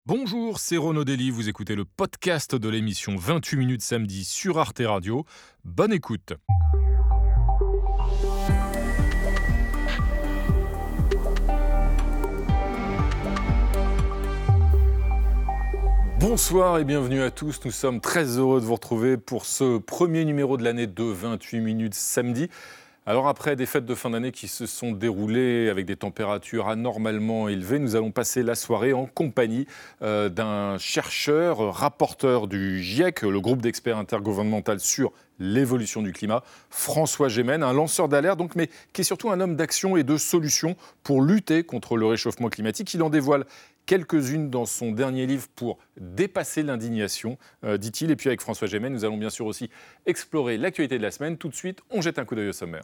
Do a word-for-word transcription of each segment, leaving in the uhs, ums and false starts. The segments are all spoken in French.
Bonjour, c'est Renaud Dely, vous écoutez le podcast de l'émission vingt-huit minutes samedi sur Arte Radio. Bonne écoute. Bonsoir et bienvenue à tous, nous sommes très heureux de vous retrouver pour ce premier numéro de l'année de vingt-huit minutes samedi. Alors après des fêtes de fin d'année qui se sont déroulées avec des températures anormalement élevées, nous allons passer la soirée en compagnie euh, d'un chercheur, rapporteur du GIEC, le groupe d'experts intergouvernemental sur l'évolution du climat, François Gémen, un lanceur d'alerte, donc, mais qui est surtout un homme d'action et de solutions pour lutter contre le réchauffement climatique. Il en dévoile quelques-unes dans son dernier livre pour dépasser l'indignation, euh, dit-il. Et puis avec François Gémen, nous allons bien sûr aussi explorer l'actualité de la semaine. Tout de suite, on jette un coup d'œil au sommaire.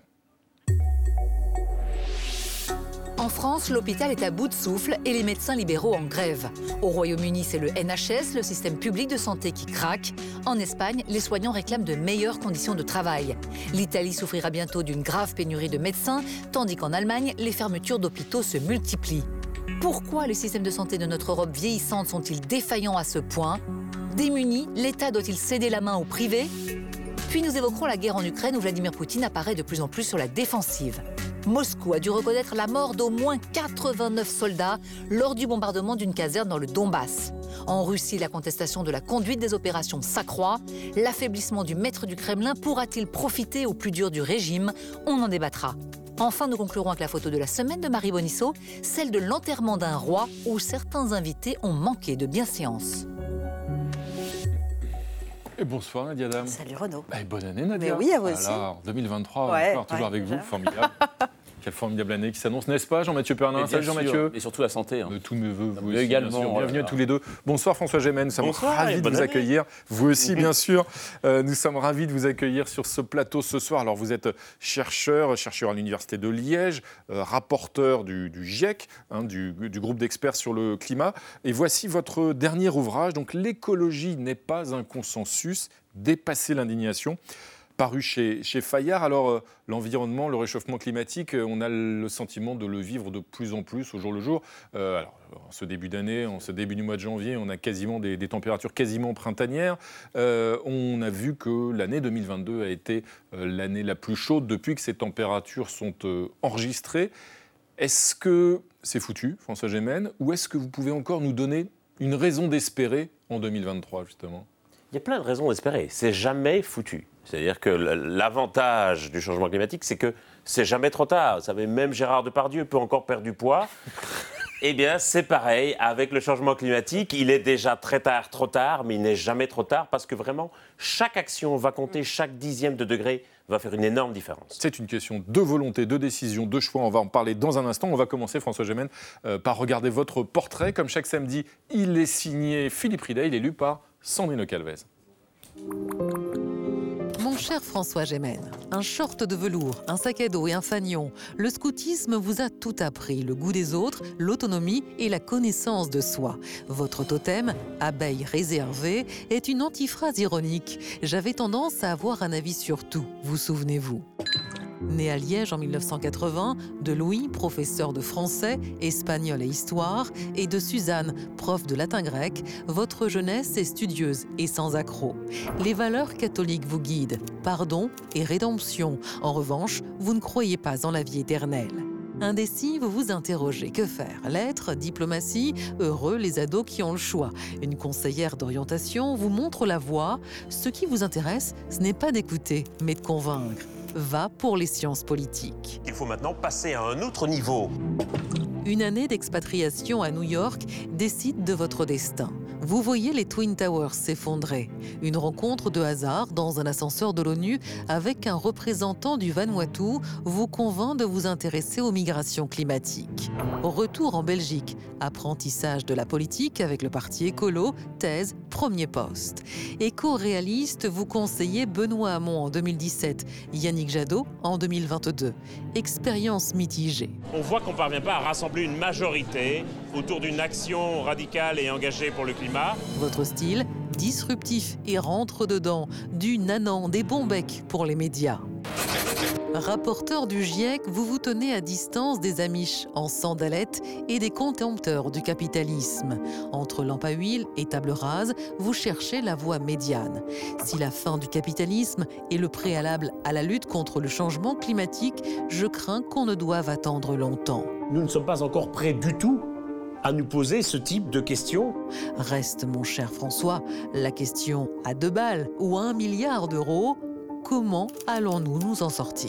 En France, l'hôpital est à bout de souffle et les médecins libéraux en grève. Au Royaume-Uni, c'est le N H S, le système public de santé, qui craque. En Espagne, les soignants réclament de meilleures conditions de travail. L'Italie souffrira bientôt d'une grave pénurie de médecins, tandis qu'en Allemagne, les fermetures d'hôpitaux se multiplient. Pourquoi les systèmes de santé de notre Europe vieillissante sont-ils défaillants à ce point ? Démunis, l'État doit-il céder la main au privé ? Puis nous évoquerons la guerre en Ukraine où Vladimir Poutine apparaît de plus en plus sur la défensive. Moscou a dû reconnaître la mort d'au moins quatre-vingt-neuf soldats lors du bombardement d'une caserne dans le Donbass. En Russie, la contestation de la conduite des opérations s'accroît. L'affaiblissement du maître du Kremlin pourra-t-il profiter au plus dur du régime ? On en débattra. Enfin, nous conclurons avec la photo de la semaine de Marie Bonisseau, celle de l'enterrement d'un roi où certains invités ont manqué de bienséance. Et bonsoir Nadia Dam. Salut Renaud. Et bonne année Nadia. Mais oui, à vous aussi. Alors, deux mille vingt-trois, ouais, encore, toujours ouais, avec déjà. vous, formidable. Quelle formidable année qui s'annonce, n'est-ce pas Jean-Mathieu Pernin? Salut Jean-Mathieu. Et surtout la santé. Hein. De tous mes voeux, vous Mais aussi, également, bien sûr. Bienvenue voilà. à tous les deux. Bonsoir François Gémen, nous sommes Bonsoir ravis et de bonne vous année. accueillir. Vous aussi, bien sûr. Euh, nous sommes ravis de vous accueillir sur ce plateau ce soir. Alors vous êtes chercheur, chercheur à l'Université de Liège, euh, rapporteur du, du GIEC, hein, du, du groupe d'experts sur le climat. Et voici votre dernier ouvrage, donc L'écologie n'est pas un consensus, dépasser l'indignation, paru chez, chez Fayard. Alors, euh, l'environnement, le réchauffement climatique, euh, on a le sentiment de le vivre de plus en plus au jour le jour. Euh, alors, en ce début d'année, en ce début du mois de janvier, on a quasiment des, des températures quasiment printanières. Euh, on a vu que l'année deux mille vingt-deux a été euh, l'année la plus chaude depuis que ces températures sont euh, enregistrées. Est-ce que c'est foutu, François Gémen, ou est-ce que vous pouvez encore nous donner une raison d'espérer en deux mille vingt-trois, justement ? Il y a plein de raisons d'espérer. C'est jamais foutu. C'est-à-dire que l'avantage du changement climatique, c'est que c'est jamais trop tard. Vous savez, même Gérard Depardieu peut encore perdre du poids. Eh bien, c'est pareil avec le changement climatique. Il est déjà très tard, trop tard, mais il n'est jamais trop tard parce que vraiment, chaque action va compter, chaque dixième de degré va faire une énorme différence. C'est une question de volonté, de décision, de choix. On va en parler dans un instant. On va commencer, François Gémen, euh, par regarder votre portrait. Comme chaque samedi, il est signé Philippe Riday. Il est lu par Sandrine Calvez. Mon cher François Gémen, un short de velours, un sac à dos et un fanion, le scoutisme vous a tout appris, le goût des autres, l'autonomie et la connaissance de soi. Votre totem, abeille réservée, est une antiphrase ironique. J'avais tendance à avoir un avis sur tout, vous souvenez-vous ? Né à Liège en mille neuf cent quatre-vingts, de Louis, professeur de français, espagnol et histoire, et de Suzanne, prof de latin-grec, votre jeunesse est studieuse et sans accroc. Les valeurs catholiques vous guident, pardon et rédemption. En revanche, vous ne croyez pas en la vie éternelle. Indécis, vous vous interrogez. Que faire ? Lettres, diplomatie, heureux les ados qui ont le choix. Une conseillère d'orientation vous montre la voie. Ce qui vous intéresse, ce n'est pas d'écouter, mais de convaincre. Va pour les sciences politiques. Il faut maintenant passer à un autre niveau. Une année d'expatriation à New York décide de votre destin. Vous voyez les Twin Towers s'effondrer. Une rencontre de hasard dans un ascenseur de l'ONU avec un représentant du Vanuatu vous convainc de vous intéresser aux migrations climatiques. Retour en Belgique, apprentissage de la politique avec le parti écolo, thèse, premier poste. Éco-réaliste, vous conseillez Benoît Hamon en deux mille dix-sept, Yannick Jadot en deux mille vingt-deux. Expérience mitigée. On voit qu'on ne parvient pas à rassembler une majorité autour d'une action radicale et engagée pour le climat. Votre style, disruptif et rentre dedans, du nanan, des bons becs pour les médias. Rapporteur du GIEC, vous vous tenez à distance des Amish en sandalettes et des contempteurs du capitalisme. Entre lampe à huile et table rase, vous cherchez la voie médiane. Si la fin du capitalisme est le préalable à la lutte contre le changement climatique, je crains qu'on ne doive attendre longtemps. Nous ne sommes pas encore prêts du tout à nous poser ce type de questions. Reste, mon cher François, la question à deux balles ou à un milliard d'euros. Comment allons-nous nous en sortir ?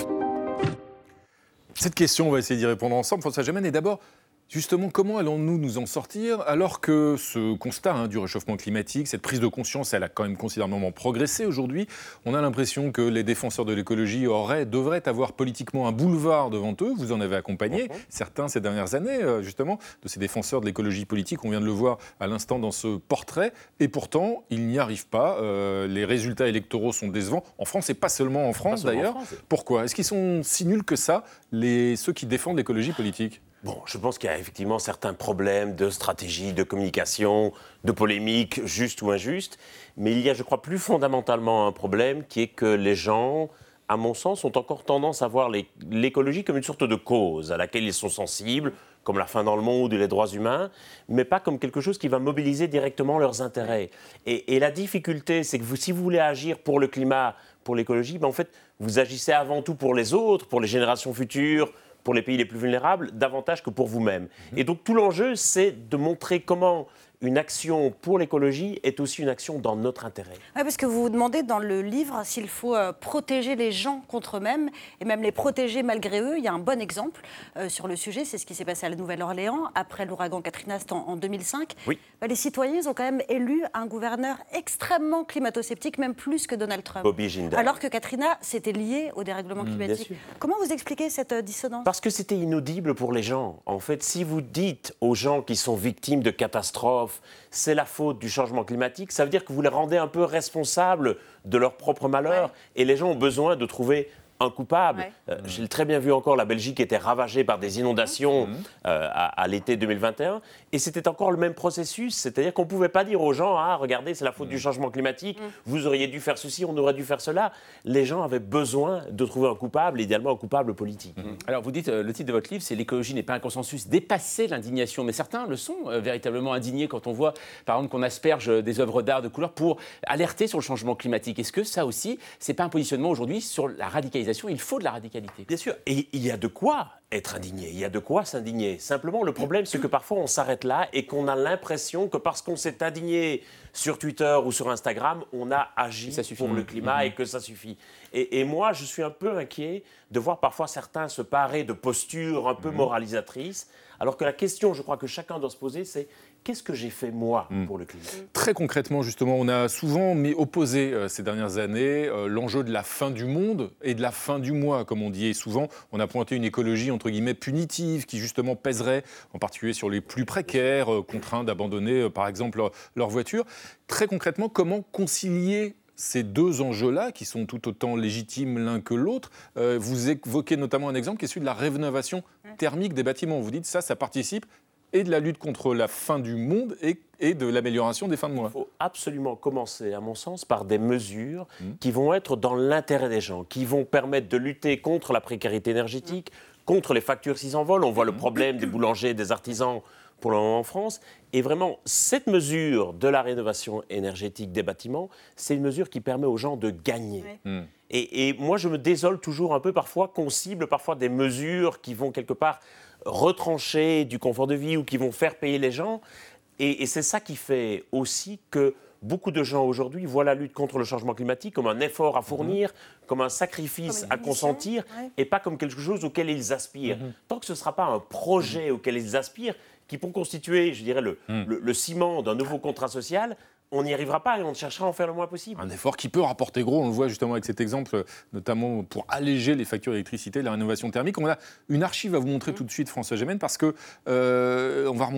Cette question, on va essayer d'y répondre ensemble. François Gemène, et d'abord, justement, comment allons-nous nous en sortir alors que ce constat hein, du réchauffement climatique, cette prise de conscience, elle a quand même considérablement progressé aujourd'hui. On a l'impression que les défenseurs de l'écologie auraient, devraient avoir politiquement un boulevard devant eux. Vous en avez accompagné mmh. certains ces dernières années, justement, de ces défenseurs de l'écologie politique. On vient de le voir à l'instant dans ce portrait. Et pourtant, ils n'y arrivent pas. Euh, les résultats électoraux sont décevants. En France, et pas seulement en France d'ailleurs. En France. Pourquoi ? Est-ce qu'ils sont si nuls que ça, les, ceux qui défendent l'écologie politique ? Bon, je pense qu'il y a effectivement certains problèmes de stratégie, de communication, de polémique, juste ou injuste. Mais il y a, je crois, plus fondamentalement un problème qui est que les gens, à mon sens, ont encore tendance à voir les, l'écologie comme une sorte de cause à laquelle ils sont sensibles, comme la faim dans le monde ou les droits humains, mais pas comme quelque chose qui va mobiliser directement leurs intérêts. Et, et la difficulté, c'est que vous, si vous voulez agir pour le climat, pour l'écologie, ben en fait, vous agissez avant tout pour les autres, pour les générations futures, pour les pays les plus vulnérables, davantage que pour vous-même. Et donc tout l'enjeu, c'est de montrer comment une action pour l'écologie est aussi une action dans notre intérêt. Oui, parce que vous vous demandez dans le livre s'il faut euh, protéger les gens contre eux-mêmes et même les protéger malgré eux. Il y a un bon exemple euh, sur le sujet, c'est ce qui s'est passé à la Nouvelle-Orléans après l'ouragan Katrina en, en deux mille cinq. Oui. Bah, les citoyens ils ont quand même élu un gouverneur extrêmement climato-sceptique, même plus que Donald Trump. Bobby Jindal. Alors que Katrina, c'était lié au dérèglement mmh, climatique. Comment vous expliquez cette euh, dissonance ? Parce que c'était inaudible pour les gens. En fait, si vous dites aux gens qui sont victimes de catastrophes, c'est la faute du changement climatique, ça veut dire que vous les rendez un peu responsables de leur propre malheur. Ouais. Et les gens ont besoin de trouver un coupable. Ouais. Euh, mmh. J'ai très bien vu encore la Belgique était ravagée par des inondations mmh. euh, à, à l'été deux mille vingt et un. Et c'était encore le même processus. C'est-à-dire qu'on ne pouvait pas dire aux gens « Ah, regardez, c'est la faute mmh. du changement climatique, mmh. vous auriez dû faire ceci, on aurait dû faire cela ». Les gens avaient besoin de trouver un coupable, idéalement un coupable politique. Mmh. Alors vous dites, euh, le titre de votre livre, c'est « L'écologie n'est pas un consensus, dépasser l'indignation ». Mais certains le sont euh, véritablement indignés quand on voit, par exemple, qu'on asperge des œuvres d'art de couleur pour alerter sur le changement climatique. Est-ce que ça aussi, c'est pas un positionnement aujourd'hui sur la radicalisation ? Il faut de la radicalité. Bien sûr, et il y a de quoi être indigné, il y a de quoi s'indigner. Simplement, le problème, c'est que parfois, on s'arrête là et qu'on a l'impression que parce qu'on s'est indigné sur Twitter ou sur Instagram, on a agi pour le climat mmh. et que ça suffit. Et, et moi, je suis un peu inquiet de voir parfois certains se parer de postures un peu mmh. moralisatrices, alors que la question, je crois que chacun doit se poser, c'est qu'est-ce que j'ai fait, moi, mmh. pour le climat ? Très concrètement, justement, on a souvent mis opposé euh, ces dernières années euh, l'enjeu de la fin du monde et de la fin du mois, comme on dit. Et souvent, on a pointé une écologie, entre guillemets, punitive, qui justement pèserait, en particulier sur les plus précaires, euh, contraints d'abandonner, euh, par exemple, leur, leur voiture. Très concrètement, comment concilier ces deux enjeux-là, qui sont tout autant légitimes l'un que l'autre? euh, Vous évoquez notamment un exemple qui est celui de la rénovation thermique des bâtiments. Vous dites ça, ça participe et de la lutte contre la fin du monde et, et de l'amélioration des fins de mois. Il faut absolument commencer, à mon sens, par des mesures mmh. qui vont être dans l'intérêt des gens, qui vont permettre de lutter contre la précarité énergétique, mmh. contre les factures qui s'envolent. On voit le problème des boulangers, des artisans pour le moment en France. Et vraiment, cette mesure de la rénovation énergétique des bâtiments, c'est une mesure qui permet aux gens de gagner. Oui. Mmh. Et, et moi, je me désole toujours un peu parfois qu'on cible parfois des mesures qui vont quelque part retrancher du confort de vie ou qui vont faire payer les gens. Et, et c'est ça qui fait aussi que beaucoup de gens aujourd'hui voient la lutte contre le changement climatique comme un effort à fournir, mmh. comme un sacrifice comme à consentir, ouais. et pas comme quelque chose auquel ils aspirent. Mmh. Tant que ce ne sera pas un projet mmh. auquel ils aspirent, qui peut constituer, je dirais, le, mmh. le, le ciment d'un nouveau contrat social, on n'y arrivera pas et on cherchera à en faire le moins possible. Un effort qui peut rapporter gros, on le voit justement avec cet exemple, notamment pour alléger les factures d'électricité, la rénovation thermique. On a une archive à vous montrer mmh. tout de suite, François Gemène, parce qu'on euh, va remonter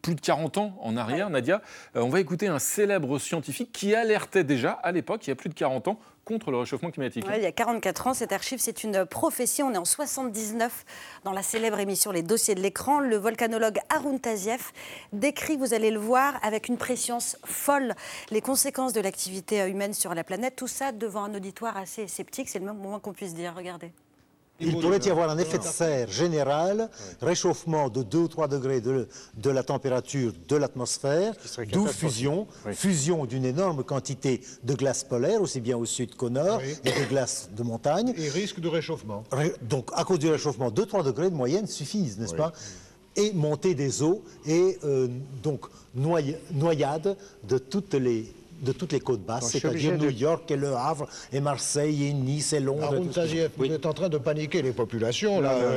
plus de quarante ans en arrière, ouais. Nadia. Euh, on va écouter un célèbre scientifique qui alertait déjà à l'époque, il y a plus de quarante ans, contre le réchauffement climatique. Ouais, il y a quarante-quatre ans, cette archive, c'est une prophétie. On est en soixante-dix-neuf dans la célèbre émission Les Dossiers de l'écran. Le volcanologue Haroun Tazieff décrit, vous allez le voir, avec une préscience folle, les conséquences de l'activité humaine sur la planète. Tout ça devant un auditoire assez sceptique, c'est le même moins qu'on puisse dire. Regardez. Il pourrait y avoir un effet de serre général, réchauffement de deux ou trois degrés de, de la température de l'atmosphère, d'où fusion, oui. fusion d'une énorme quantité de glace polaire, aussi bien au sud qu'au nord, oui. et de glace de montagne. Et risque de réchauffement. Donc, à cause du réchauffement, deux à trois degrés de moyenne suffisent, n'est-ce oui. pas? Et montée des eaux, et euh, donc noy noyade de toutes les... de toutes les côtes basses, c'est-à-dire New York et Le Havre et Marseille et Nice et Londres. Haroun Tazieff, vous oui. êtes en train de paniquer les populations, là. Euh...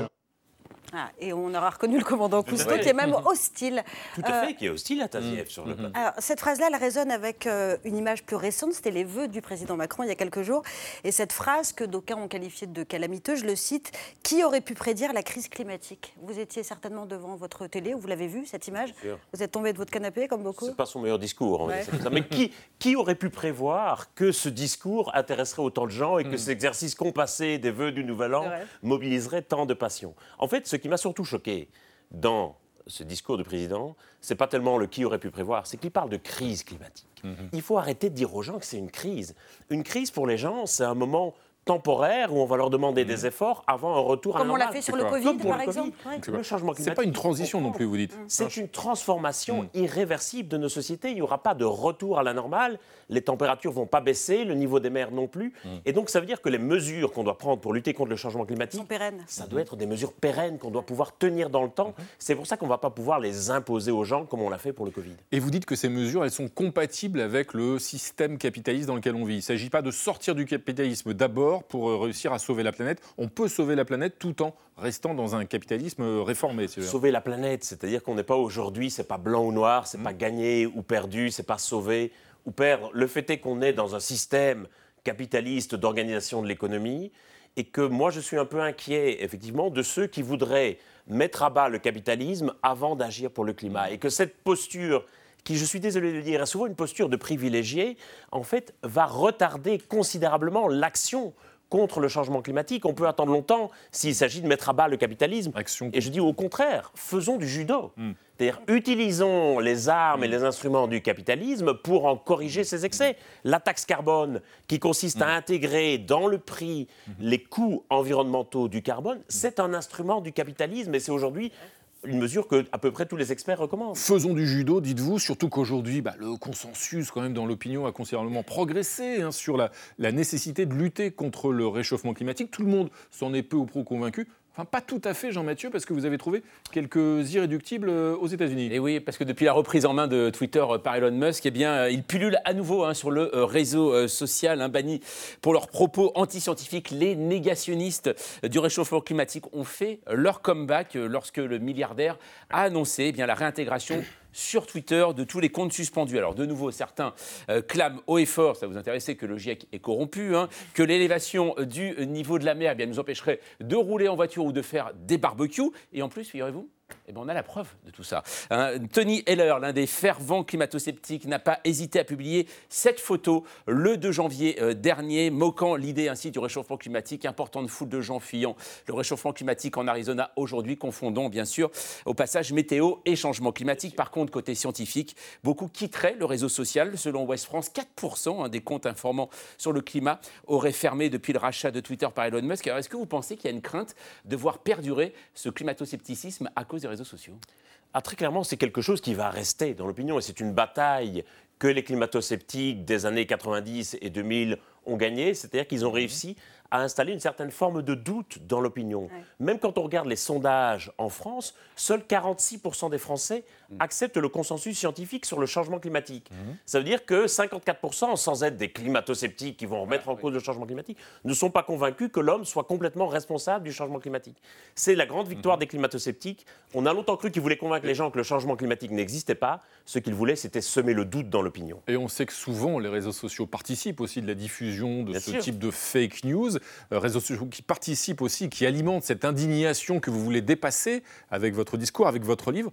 Ah, et on aura reconnu le commandant Cousteau ouais. qui est même hostile. Tout à fait, euh, qui est hostile à Tazieff mmh. sur le plateau. Alors, cette phrase-là, elle résonne avec euh, une image plus récente. C'était les vœux du président Macron il y a quelques jours. Et cette phrase que d'aucuns ont qualifiée de calamiteuse, je le cite, « Qui aurait pu prédire la crise climatique ?» Vous étiez certainement devant votre télé, vous l'avez vu, cette image. Vous êtes tombé de votre canapé, comme beaucoup. C'est pas son meilleur discours, ouais. ça. Mais qui, qui aurait pu prévoir que ce discours intéresserait autant de gens et que mmh. cet exercice compassé des vœux du Nouvel An mobiliserait tant de passion? En fait, ce qui m'a surtout choqué dans ce discours du président, c'est pas tellement le qui aurait pu prévoir, c'est qu'il parle de crise climatique. Mmh. Il faut arrêter de dire aux gens que c'est une crise. Une crise pour les gens, c'est un moment temporaire où on va leur demander mmh. des efforts avant un retour à la normale. Comme on l'a fait sur le Covid, par exemple. Le changement climatique. C'est pas une transition non plus, vous dites. C'est une transformation mmh. irréversible de nos sociétés. Il n'y aura pas de retour à la normale. Les températures ne vont pas baisser, le niveau des mers non plus. Mmh. Et donc, ça veut dire que les mesures qu'on doit prendre pour lutter contre le changement climatique, sont pérennes. Ça doit être des mesures pérennes qu'on doit pouvoir tenir dans le temps. Mmh. C'est pour ça qu'on ne va pas pouvoir les imposer aux gens comme on l'a fait pour le Covid. Et vous dites que ces mesures, elles sont compatibles avec le système capitaliste dans lequel on vit. Il ne s'agit pas de sortir du capitalisme d'abord pour réussir à sauver la planète. On peut sauver la planète tout en restant dans un capitalisme réformé. Si sauver la planète, c'est-à-dire qu'on n'est pas aujourd'hui, c'est pas blanc ou noir, c'est mmh. pas gagné ou perdu, c'est pas sauver ou perdre. Le fait est qu'on est dans un système capitaliste d'organisation de l'économie et que moi je suis un peu inquiet effectivement de ceux qui voudraient mettre à bas le capitalisme avant d'agir pour le climat et que cette posture qui, je suis désolé de le dire, est souvent une posture de privilégié, en fait, va retarder considérablement l'action contre le changement climatique. On peut attendre longtemps s'il s'agit de mettre à bas le capitalisme. Action. Et je dis au contraire, faisons du judo. Mm. C'est-à-dire, utilisons les armes mm. et les instruments du capitalisme pour en corriger ses excès. La taxe carbone, qui consiste mm. à intégrer dans le prix mm. les coûts environnementaux du carbone, c'est un instrument du capitalisme et c'est aujourd'hui une mesure que à peu près tous les experts recommandent. Faisons du judo, dites-vous, surtout qu'aujourd'hui, bah, le consensus quand même dans l'opinion a considérablement progressé hein, sur la, la nécessité de lutter contre le réchauffement climatique. Tout le monde s'en est peu ou prou convaincu. Enfin, pas tout à fait, Jean-Mathieu, parce que vous avez trouvé quelques irréductibles aux États-Unis. Et oui, parce que depuis la reprise en main de Twitter par Elon Musk, eh bien, il pullule à nouveau hein, sur le réseau social, hein, banni pour leurs propos antiscientifiques. Les négationnistes du réchauffement climatique ont fait leur comeback lorsque le milliardaire a annoncé eh bien, la réintégration sur Twitter de tous les comptes suspendus. Alors de nouveau, certains euh, clament haut et fort, ça vous intéressait, que le GIEC est corrompu, hein, que l'élévation du niveau de la mer eh bien, nous empêcherait de rouler en voiture ou de faire des barbecues. Et en plus, figurez-vous, eh bien, on a la preuve de tout ça. Hein, Tony Heller, l'un des fervents climato-sceptiques, n'a pas hésité à publier cette photo le deux janvier euh, dernier, moquant l'idée ainsi du réchauffement climatique. Importante foule de gens fuyant le réchauffement climatique en Arizona aujourd'hui, confondant bien sûr au passage météo et changement climatique. Par contre, côté scientifique, beaucoup quitteraient le réseau social. Selon Ouest France, quatre pour cent hein, des comptes informant sur le climat auraient fermé depuis le rachat de Twitter par Elon Musk. Alors, est-ce que vous pensez qu'il y a une crainte de voir perdurer ce climato-scepticisme à cause des réseaux sociaux? Ah, très clairement, c'est quelque chose qui va rester dans l'opinion et c'est une bataille que les climato-sceptiques des années quatre-vingt-dix et deux mille ont gagnée, c'est-à-dire qu'ils ont réussi à installer une certaine forme de doute dans l'opinion. Ouais. Même quand on regarde les sondages en France, seuls quarante-six pour cent des Français mmh. acceptent le consensus scientifique sur le changement climatique. Mmh. Ça veut dire que cinquante-quatre pour cent, sans être des climato-sceptiques qui vont remettre ouais, en cause oui. le changement climatique, ne sont pas convaincus que l'homme soit complètement responsable du changement climatique. C'est la grande victoire mmh. des climato-sceptiques. On a longtemps cru qu'ils voulaient convaincre les gens que le changement climatique n'existait pas. Ce qu'ils voulaient, c'était semer le doute dans l'opinion. Et on sait que souvent, les réseaux sociaux participent aussi de la diffusion de Bien ce sûr. type de fake news. Euh, réseaux sociaux qui participent aussi, qui alimentent cette indignation que vous voulez dépasser avec votre discours, avec votre livre.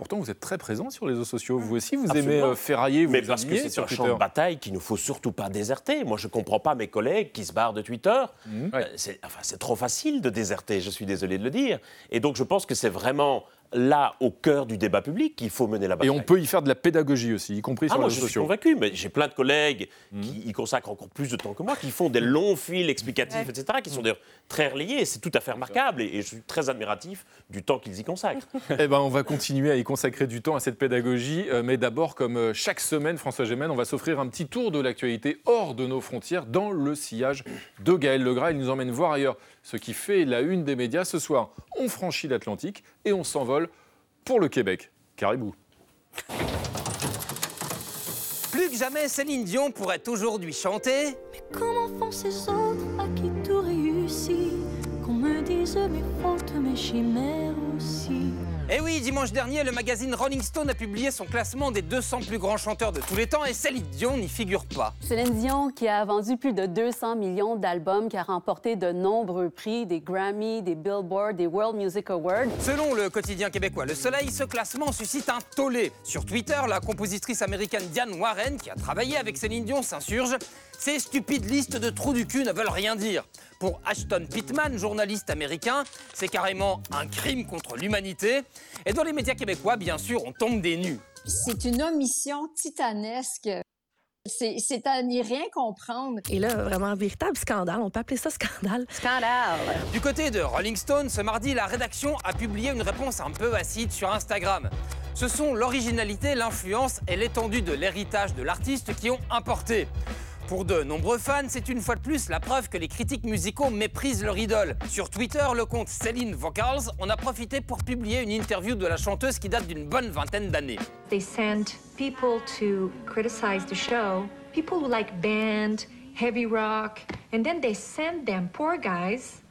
pourtant vous êtes très présent sur les réseaux sociaux. Vous aussi, vous Absolument. aimez euh, ferrailler, vous Mais parce que c'est sur un Twitter. champ de bataille qu'il ne faut surtout pas déserter. Moi, je ne comprends pas mes collègues qui se barrent de Twitter. Mmh. Euh, c'est, enfin, c'est trop facile de déserter, je suis désolé de le dire. Et donc, je pense que c'est vraiment là, au cœur du débat public, qu'il faut mener la bataille. Et on peut y faire de la pédagogie aussi, y compris ah, sur moi, les réseaux sociaux. Je suis convaincu, mais j'ai plein de collègues mmh. qui y consacrent encore plus de temps que moi, qui font des longs fils explicatifs, ouais. et cetera, qui sont d'ailleurs très reliés. C'est tout à fait remarquable et, et je suis très admiratif du temps qu'ils y consacrent. Eh ben, on va continuer à y consacrer du temps à cette pédagogie, euh, mais d'abord, comme euh, chaque semaine, François Gémen, on va s'offrir un petit tour de l'actualité hors de nos frontières, dans le sillage de Gaël Legras. Il nous emmène voir ailleurs ce qui fait la une des médias ce soir. On franchit l'Atlantique et on s'envole pour le Québec. Caribou. Plus que jamais, Céline Dion pourrait aujourd'hui chanter. Mais comment font ces autres à qui tout réussit? Qu'on me dise mes fautes, mes chimères aussi. Eh oui, dimanche dernier, le magazine Rolling Stone a publié son classement des deux cents plus grands chanteurs de tous les temps et Céline Dion n'y figure pas. Céline Dion, qui a vendu plus de deux cents millions d'albums, qui a remporté de nombreux prix, des Grammy, des Billboard, des World Music Awards. Selon le quotidien québécois Le Soleil, ce classement suscite un tollé. Sur Twitter, la compositrice américaine Diane Warren, qui a travaillé avec Céline Dion, s'insurge. Ces stupides listes de trous du cul ne veulent rien dire. Pour Ashton Pittman, journaliste américain, c'est carrément un crime contre l'humanité. Et dans les médias québécois, bien sûr, on tombe des nues. C'est une omission titanesque. C'est, c'est à n'y rien comprendre. Et là, vraiment un véritable scandale. On peut appeler ça scandale. Scandale. Du côté de Rolling Stone, ce mardi, la rédaction a publié une réponse un peu acide sur Instagram. Ce sont l'originalité, l'influence et l'étendue de l'héritage de l'artiste qui ont importé. Pour de nombreux fans, c'est une fois de plus la preuve que les critiques musicaux méprisent leur idole. Sur Twitter, le compte Céline Vocals en a profité pour publier une interview de la chanteuse qui date d'une bonne vingtaine d'années. They send people to criticize the show, people who like band, heavy rock, and then they send them, poor guys,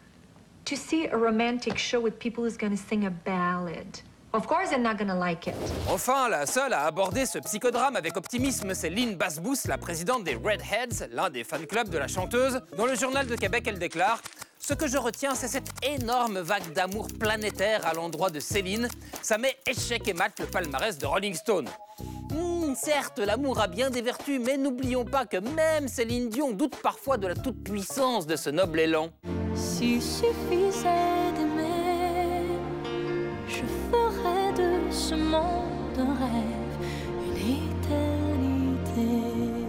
to see a romantic show with people who's gonna sing a ballad. Of course they're not gonna like it. Enfin, la seule à aborder ce psychodrame avec optimisme, c'est Lynn Basbous, la présidente des Redheads, l'un des fan clubs de la chanteuse. Dans le Journal de Québec, elle déclare « Ce que je retiens, c'est cette énorme vague d'amour planétaire à l'endroit de Céline. Ça met échec et mat le palmarès de Rolling Stone. Mmh, certes, l'amour a bien des vertus, mais n'oublions pas que même Céline Dion doute parfois de la toute-puissance de ce noble élan. S'il suffisait d'aimer, je ferais de ce monde un rêve, une éternité.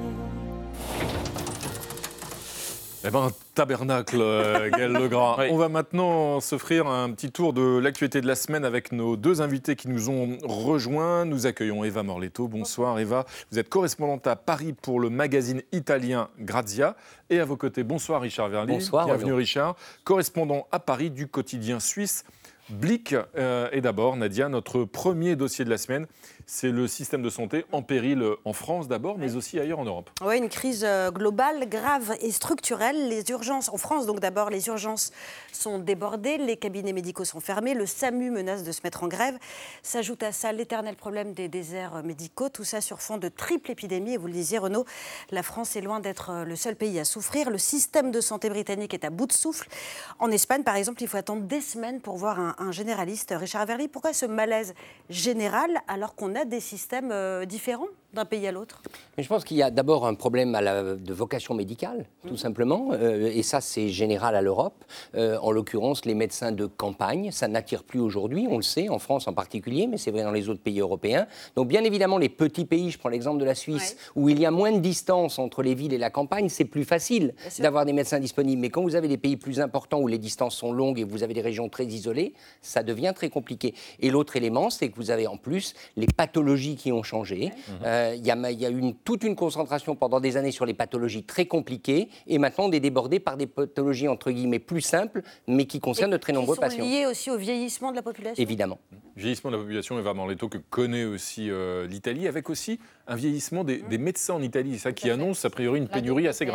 Eh ben, tabernacle, euh, Gaël Legras. Oui. On va maintenant s'offrir un petit tour de l'actualité de la semaine avec nos deux invités qui nous ont rejoints. Nous accueillons Eva Morletto. Bonsoir Eva. Vous êtes correspondante à Paris pour le magazine italien Grazia. Et à vos côtés, bonsoir Richard Verly. Bonsoir. Bienvenue Richard. Correspondant à Paris du quotidien suisse Blick. Euh, et d'abord, Nadia, notre premier dossier de la semaine, c'est le système de santé en péril en France d'abord, mais aussi ailleurs en Europe. Oui, une crise globale, grave et structurelle. Les urgences, en France donc d'abord, les urgences sont débordées, les cabinets médicaux sont fermés, le SAMU menace de se mettre en grève. S'ajoute à ça l'éternel problème des déserts médicaux, tout ça sur fond de triple épidémie. Et vous le disiez Renaud, la France est loin d'être le seul pays à souffrir. Le système de santé britannique est à bout de souffle. En Espagne, par exemple, il faut attendre des semaines pour voir un, un généraliste. Richard Verly, pourquoi ce malaise général alors qu'on a des systèmes euh, différents d'un pays à l'autre? Mais je pense qu'il y a d'abord un problème à la, de vocation médicale, tout mmh. simplement, euh, et ça c'est général à l'Europe. Euh, en l'occurrence, les médecins de campagne, ça n'attire plus aujourd'hui, on le sait, en France en particulier, mais c'est vrai dans les autres pays européens. Donc bien évidemment, les petits pays, je prends l'exemple de la Suisse, ouais. où il y a moins de distance entre les villes et la campagne, c'est plus facile d'avoir des médecins disponibles. Mais quand vous avez des pays plus importants où les distances sont longues et vous avez des régions très isolées, ça devient très compliqué. Et l'autre élément, c'est que vous avez en plus les pathologies qui ont changé. Ouais. Euh, Il y a, il y a eu une, toute une concentration pendant des années sur les pathologies très compliquées et maintenant on est débordé par des pathologies entre guillemets plus simples mais qui concernent de très nombreux patients. Qui sont liées aussi au vieillissement de la population. Évidemment. Vieillissement de la population, Eva Morletto, que connaît aussi euh, l'Italie, avec aussi un vieillissement des, des médecins en Italie, ça qui annonce a priori une pénurie assez grave. Hein.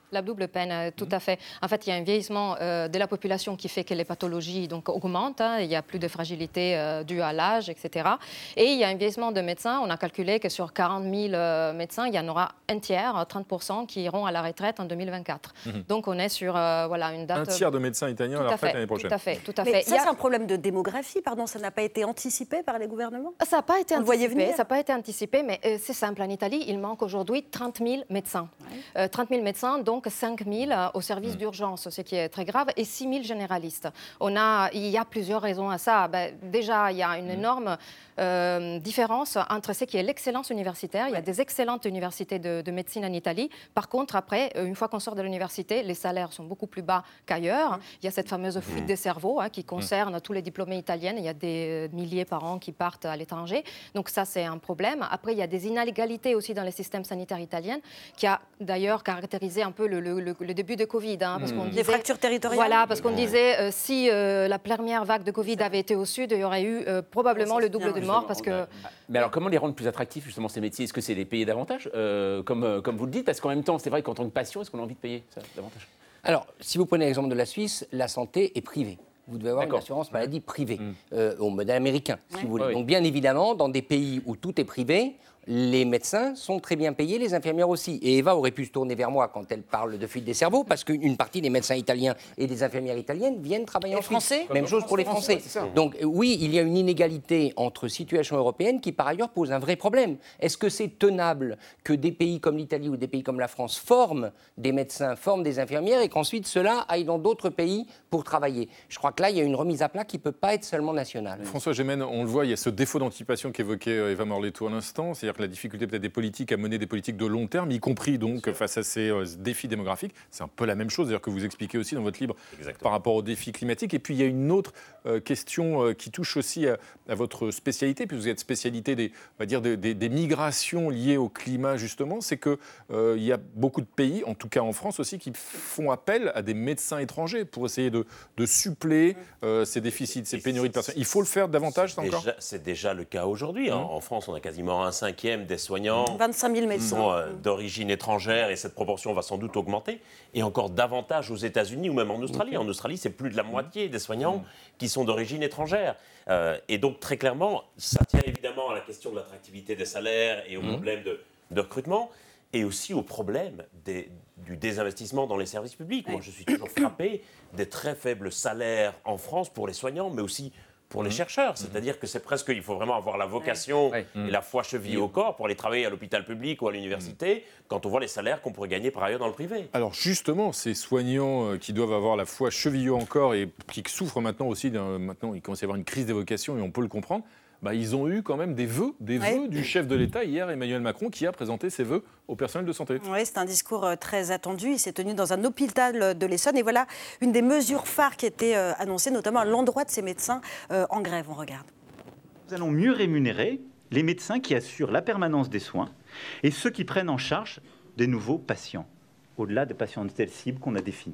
La double peine, euh, tout à fait. En fait, il y a un vieillissement euh, de la population qui fait que les pathologies donc, augmentent. Hein. Il y a plus de fragilité euh, due à l'âge, et cetera. Et il y a un vieillissement de médecins. On a calculé que sur quarante mille euh, médecins, il y en aura un tiers, trente pour cent, qui iront à la retraite en deux mille vingt-quatre. Mmh. Donc, on est sur euh, voilà, une date... Un tiers de médecins italiens à la retraite l'année prochaine. Tout à fait, tout à Mais fait. ça, a... c'est un problème de démographie, pardon. Ça n'a pas été anticipé par les gouvernements? Ça n'a pas été On anticipé, ça n'a pas été anticipé, mais euh, c'est simple. En Italie, il manque aujourd'hui trente mille médecins. Ouais. Euh, trente mille médecins, donc cinq mille au service mmh. d'urgence, ce qui est très grave, et six mille généralistes. On a, il y a plusieurs raisons à ça. Ben, déjà, il y a une mmh. énorme euh, différence entre ce qui est l'excellence universitaire. Il y a des excellentes universités de, de médecine en Italie. Par contre, après, une fois qu'on sort de l'université, les salaires sont beaucoup plus bas qu'ailleurs. Mmh. Il y a cette fameuse fuite mmh. des cerveaux hein, qui concerne mmh. tous les diplômés italiens. Il y a des milliers par an qui partent à l'étranger. Donc ça, c'est un problème. Après, il y a des inégalités aussi dans les systèmes sanitaires italiens, qui a d'ailleurs caractérisé un peu le, le, le, le début de Covid. Hein, parce mmh. qu'on disait, les fractures territoriales. Voilà, parce qu'on disait euh, si euh, la première vague de Covid avait été au sud, il y aurait eu euh, probablement le double de morts. Parce que... Mais alors, comment les rendre plus attractifs, justement, ces métiers? Est-ce que c'est les payer davantage, euh, comme, euh, comme vous le dites? Parce qu'en même temps, c'est vrai qu'en tant que patient, est-ce qu'on a envie de payer ça davantage? Alors, si vous prenez l'exemple de la Suisse, la santé est privée. Vous devez avoir une assurance maladie privée, mmh. euh, au modèle américain, si ouais. vous voulez. Oui. Donc, bien évidemment, dans des pays où tout est privé, les médecins sont très bien payés, les infirmières aussi. Et Eva aurait pu se tourner vers moi quand elle parle de fuite des cerveaux, parce qu'une partie des médecins italiens et des infirmières italiennes viennent travailler en Français. Même chose pour les Français. Français. Donc oui, il y a une inégalité entre situations européennes qui, par ailleurs, pose un vrai problème. Est-ce que c'est tenable que des pays comme l'Italie ou des pays comme la France forment des médecins, forment des infirmières, et qu'ensuite ceux-là aillent dans d'autres pays pour travailler? Je crois que là, il y a une remise à plat qui ne peut pas être seulement nationale. François Gémen, on le voit, il y a ce défaut d'anticipation qu'évoquait Eva Morletto à l'instant, c'est-à-dire que la difficulté peut-être des politiques à mener des politiques de long terme, y compris donc face à ces euh, défis démographiques. C'est un peu la même chose d'ailleurs que vous expliquez aussi dans votre livre. Exactement. Par rapport aux défis climatiques. Et puis il y a une autre euh, question euh, qui touche aussi à, à votre spécialité, puis vous êtes spécialité des, on va dire des, des, des migrations liées au climat justement, c'est qu'il euh, y a beaucoup de pays, en tout cas en France aussi, qui font appel à des médecins étrangers pour essayer de, de suppléer euh, ces déficits, ces pénuries de personnes. Il faut le faire davantage, ça encore ? C'est déjà le cas aujourd'hui. Hein. Mmh. En France, on a quasiment un cinquième des soignants vingt-cinq mille médecins sont euh, d'origine étrangère, et cette proportion va sans doute augmenter, et encore davantage aux États-Unis ou même en Australie. En Australie, c'est plus de la moitié des soignants qui sont d'origine étrangère. Euh, et donc, très clairement, ça tient évidemment à la question de l'attractivité des salaires et au mmh. problème de, de recrutement, et aussi au problème des, du désinvestissement dans les services publics. Ouais. Moi, je suis toujours frappé des très faibles salaires en France pour les soignants, mais aussi pour les mmh. chercheurs. C'est-à-dire que c'est presque, il faut vraiment avoir la vocation ouais. et la foi chevillée au corps pour aller travailler à l'hôpital public ou à l'université, mmh. quand on voit les salaires qu'on pourrait gagner par ailleurs dans le privé. Alors justement, ces soignants qui doivent avoir la foi chevillée au corps et qui souffrent maintenant aussi, d'un, maintenant il commence à y avoir une crise des vocations et on peut le comprendre, bah, ils ont eu quand même des vœux, des ouais. vœux du chef de l'État hier, Emmanuel Macron, qui a présenté ses vœux au personnel de santé. Oui, c'est un discours très attendu. Il s'est tenu dans un hôpital de l'Essonne. Et voilà une des mesures phares qui a été annoncée, notamment à l'endroit de ces médecins en grève. On regarde. Nous allons mieux rémunérer les médecins qui assurent la permanence des soins et ceux qui prennent en charge des nouveaux patients, au-delà des patients de telle cible qu'on a définie.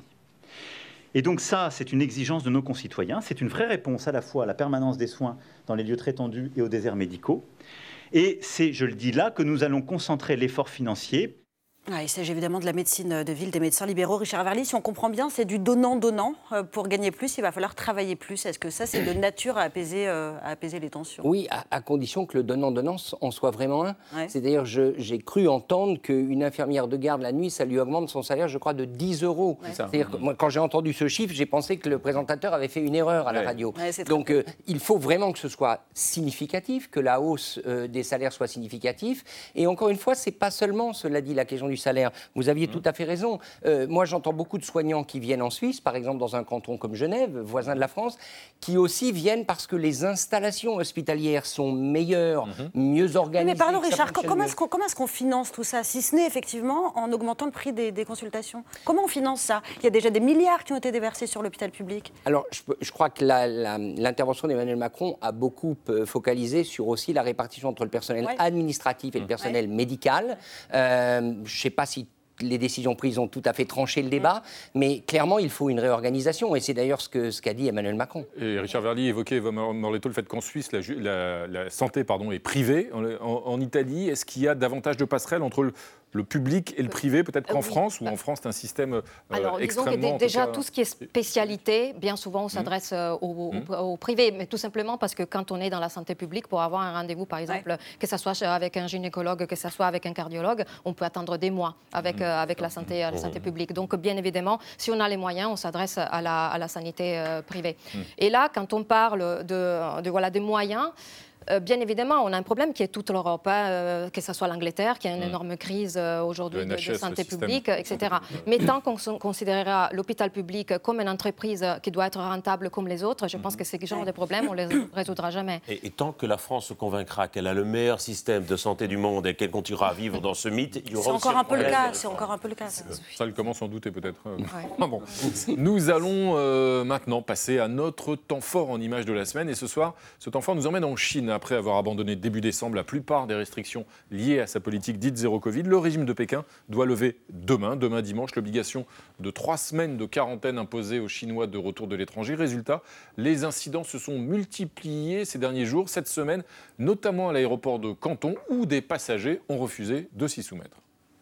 Et donc ça, c'est une exigence de nos concitoyens. C'est une vraie réponse à la fois à la permanence des soins dans les lieux très tendus et aux déserts médicaux. Et c'est, je le dis là, que nous allons concentrer l'effort financier. Ah, il s'agit évidemment de la médecine de ville, des médecins libéraux. Richard Verly, si on comprend bien, c'est du donnant-donnant. Pour gagner plus, il va falloir travailler plus. Est-ce que ça, c'est de nature à apaiser, euh, à apaiser les tensions? Oui, à, à condition que le donnant-donnant en soit vraiment un. Ouais. C'est d'ailleurs, je, j'ai cru entendre qu'une infirmière de garde la nuit, ça lui augmente son salaire, je crois, de dix euros. Ouais. C'est-à-dire que moi, quand j'ai entendu ce chiffre, j'ai pensé que le présentateur avait fait une erreur à la ouais. radio. Ouais, Donc, euh, il faut vraiment que ce soit significatif, que la hausse euh, des salaires soit significative. Et encore une fois, c'est pas seulement, cela dit, la question du salaire. Vous aviez mmh. tout à fait raison. Euh, moi, j'entends beaucoup de soignants qui viennent en Suisse, par exemple dans un canton comme Genève, voisin de la France, qui aussi viennent parce que les installations hospitalières sont meilleures, mmh. mieux organisées. Mais pardon, Richard, comment est-ce, qu'on, comment est-ce qu'on finance tout ça, si ce n'est effectivement en augmentant le prix des, des consultations? Comment on finance ça? Il y a déjà des milliards qui ont été déversés sur l'hôpital public. Alors, je, je crois que la, la, l'intervention d'Emmanuel Macron a beaucoup focalisé sur aussi la répartition entre le personnel ouais. administratif et le personnel ouais. médical. Euh, je ne sais pas si les décisions prises ont tout à fait tranché le débat, mais clairement, il faut une réorganisation, et c'est d'ailleurs ce, que, ce qu'a dit Emmanuel Macron. Et Richard Verly évoquait, Eva Morletto, le fait qu'en Suisse, la, la, la santé pardon, est privée. En, en, en Italie, est-ce qu'il y a davantage de passerelles entre le, le public et le privé, peut-être qu'en oui. France, ou en France, c'est un système euh, Alors, disons que extrêmement... dé- déjà, tout, tout ce qui est spécialité, bien souvent, on s'adresse euh, au, Mmh. au- au privé, mais tout simplement parce que quand on est dans la santé publique, pour avoir un rendez-vous, par exemple, ouais. que ce soit avec un gynécologue, que ce soit avec un cardiologue, on peut attendre des mois avec, mmh. euh, avec la, santé, la santé publique. Donc, bien évidemment, si on a les moyens, on s'adresse à la, à la sanité euh, privée. Mmh. Et là, quand on parle de, de, voilà, des moyens, Euh, bien évidemment, on a un problème qui est toute l'Europe, hein, euh, que ce soit l'Angleterre, qui a une mmh. énorme crise euh, aujourd'hui de, de santé publique, et cetera. Mais tant qu'on considérera l'hôpital public comme une entreprise qui doit être rentable comme les autres, je pense que ces genres de problèmes, on ne les résoudra jamais. Et, et tant que la France se convaincra qu'elle a le meilleur système de santé du monde et qu'elle continuera à vivre dans ce mythe, il y aura C'est aussi encore un peu le problème. cas. C'est encore un peu le cas. Ça, ça elle commence à en douter peut-être. Ouais. Ah bon. Nous allons euh, maintenant passer à notre temps fort en images de la semaine. Et ce soir, ce temps fort nous emmène en Chine après avoir abandonné début décembre la plupart des restrictions liées à sa politique dite zéro Covid. Le régime de Pékin doit lever demain, demain dimanche, l'obligation de trois semaines de quarantaine imposée aux Chinois de retour de l'étranger. Résultat, les incidents se sont multipliés ces derniers jours, cette semaine, notamment à l'aéroport de Canton, où des passagers ont refusé de s'y soumettre.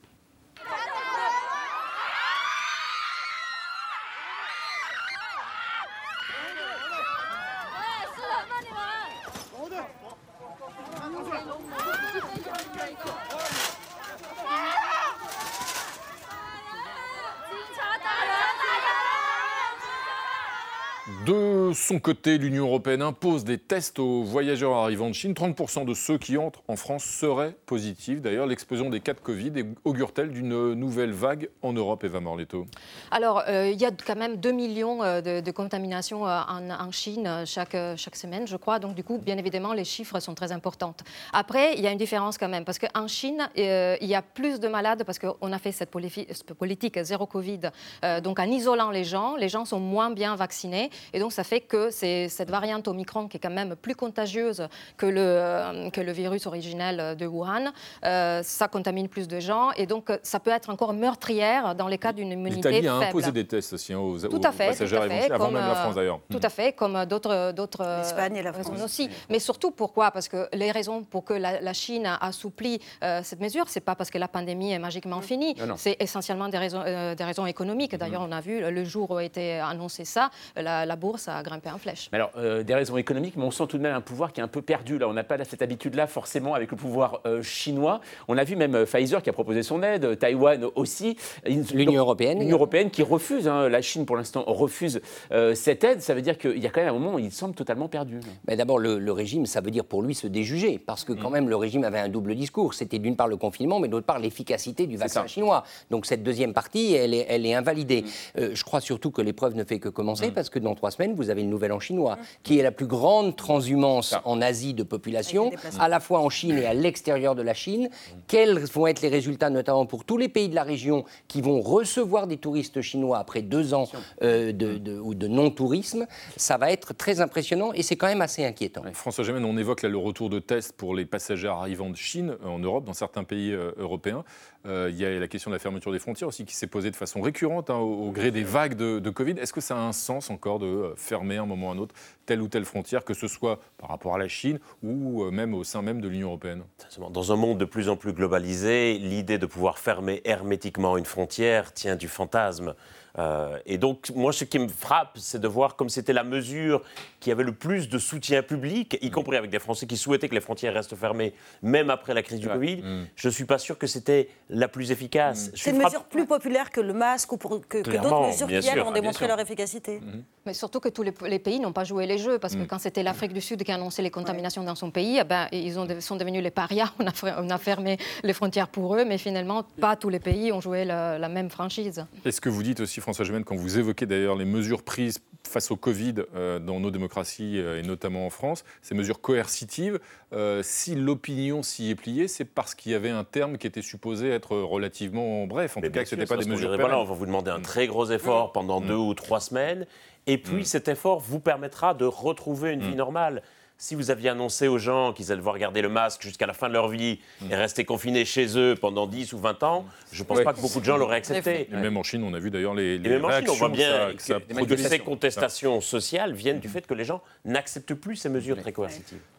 De son côté, l'Union européenne impose des tests aux voyageurs arrivant de Chine. trente pour cent de ceux qui entrent en France seraient positifs. D'ailleurs, l'explosion des cas de Covid augure-t-elle d'une nouvelle vague en Europe, Eva Morletto? Alors, euh, il y a quand même deux millions de, de contaminations en, en Chine chaque, chaque semaine, je crois. Donc, du coup, bien évidemment, les chiffres sont très importants. Après, il y a une différence quand même, parce qu'en Chine, euh, il y a plus de malades, parce qu'on a fait cette politique zéro Covid. Euh, donc, en isolant les gens, les gens sont moins bien vaccinés. Et donc, ça fait que c'est cette variante Omicron qui est quand même plus contagieuse que le, que le virus originel de Wuhan. Euh, ça contamine plus de gens et donc ça peut être encore meurtrière dans les cas d'une immunité faible. L'Italie a imposé des tests aussi hein, aux, tout aux à fait, passagers tout à fait, avant comme, même la France d'ailleurs. Tout à fait, comme d'autres, d'autres l'Espagne et la France aussi. Mais surtout, pourquoi? Parce que les raisons pour que la, la Chine a assoupli euh, cette mesure, c'est pas parce que la pandémie est magiquement finie, non, non. c'est essentiellement des raisons, euh, des raisons économiques. D'ailleurs, on a vu, le jour où a été annoncé ça, la, la bourse a grimpé en flèche. Mais alors, euh, des raisons économiques, mais on sent tout de même un pouvoir qui est un peu perdu. Là, on n'a pas cette habitude-là forcément avec le pouvoir euh, chinois. On a vu même euh, Pfizer qui a proposé son aide, Taïwan aussi. L'Union européenne. L'Union européenne qui refuse. Hein, la Chine, pour l'instant, refuse euh, cette aide. Ça veut dire qu'il y a quand même un moment où il semble totalement perdu. Mais d'abord, le, le régime, ça veut dire pour lui se déjuger, parce que quand mmh. même, le régime avait un double discours. C'était d'une part le confinement, mais d'autre part l'efficacité du vaccin chinois. Donc cette deuxième partie, elle est, elle est invalidée. Mmh. Euh, je crois surtout que l'épreuve ne fait que commencer, mmh. parce que dans trois semaines, vous avez le nouvel an chinois, mmh. qui est la plus grande transhumance ça. en Asie de population, à la fois en Chine et à l'extérieur de la Chine. Mmh. Quels vont être les résultats, notamment pour tous les pays de la région qui vont recevoir des touristes chinois après deux ans euh, de, de, ou de non-tourisme? Ça va être très impressionnant et c'est quand même assez inquiétant. Ouais. François Gémen, on évoque là le retour de tests pour les passagers arrivant de Chine en Europe, dans certains pays euh, européens. Euh, il y a la question de la fermeture des frontières aussi qui s'est posée de façon récurrente hein, au, au gré des vagues de, de Covid. Est-ce que ça a un sens encore de euh, fermer à un moment ou à un autre telle ou telle frontière, que ce soit par rapport à la Chine ou euh, même au sein même de l'Union européenne? Dans un monde de plus en plus globalisé, l'idée de pouvoir fermer hermétiquement une frontière tient du fantasme. Euh, et donc, moi, ce qui me frappe, c'est de voir comme c'était la mesure qui avait le plus de soutien public, y compris avec des Français qui souhaitaient que les frontières restent fermées, même après la crise du ouais. Covid. Mmh. Je ne suis pas sûr que c'était la plus efficace. Mmh. C'est une frapp... mesure plus populaire que le masque ou pour, que, que d'autres mesures qui, elles, ont démontré leur efficacité. Mmh. Mais surtout que tous les, les pays n'ont pas joué les jeux, parce que mmh. quand c'était l'Afrique du Sud qui a annoncé les contaminations ouais. dans son pays, eh ben, ils ont, sont devenus les parias. On a, on a fermé les frontières pour eux, mais finalement, pas tous les pays ont joué la, la même franchise. Est-ce que vous dites aussi, François Gémen, quand vous évoquez d'ailleurs les mesures prises face au Covid euh, dans nos démocraties euh, et notamment en France, ces mesures coercitives, euh, si l'opinion s'y est pliée, c'est parce qu'il y avait un terme qui était supposé être relativement bref. En Mais tout cas, que ce n'était pas des mesures pérennes. On va vous demander un très gros effort pendant mmh. deux ou trois semaines. Et puis, mmh. cet effort vous permettra de retrouver une mmh. vie normale. Si vous aviez annoncé aux gens qu'ils allaient devoir garder le masque jusqu'à la fin de leur vie mmh. et rester confinés chez eux pendant dix ou vingt ans, je ne pense ouais. pas que beaucoup de gens l'auraient accepté. Et même en Chine, on a vu d'ailleurs les, les et même réactions. En Chine, on voit bien que ça, que, que ces contestations sociales viennent du fait que les gens n'acceptent plus ces mesures très coercitives.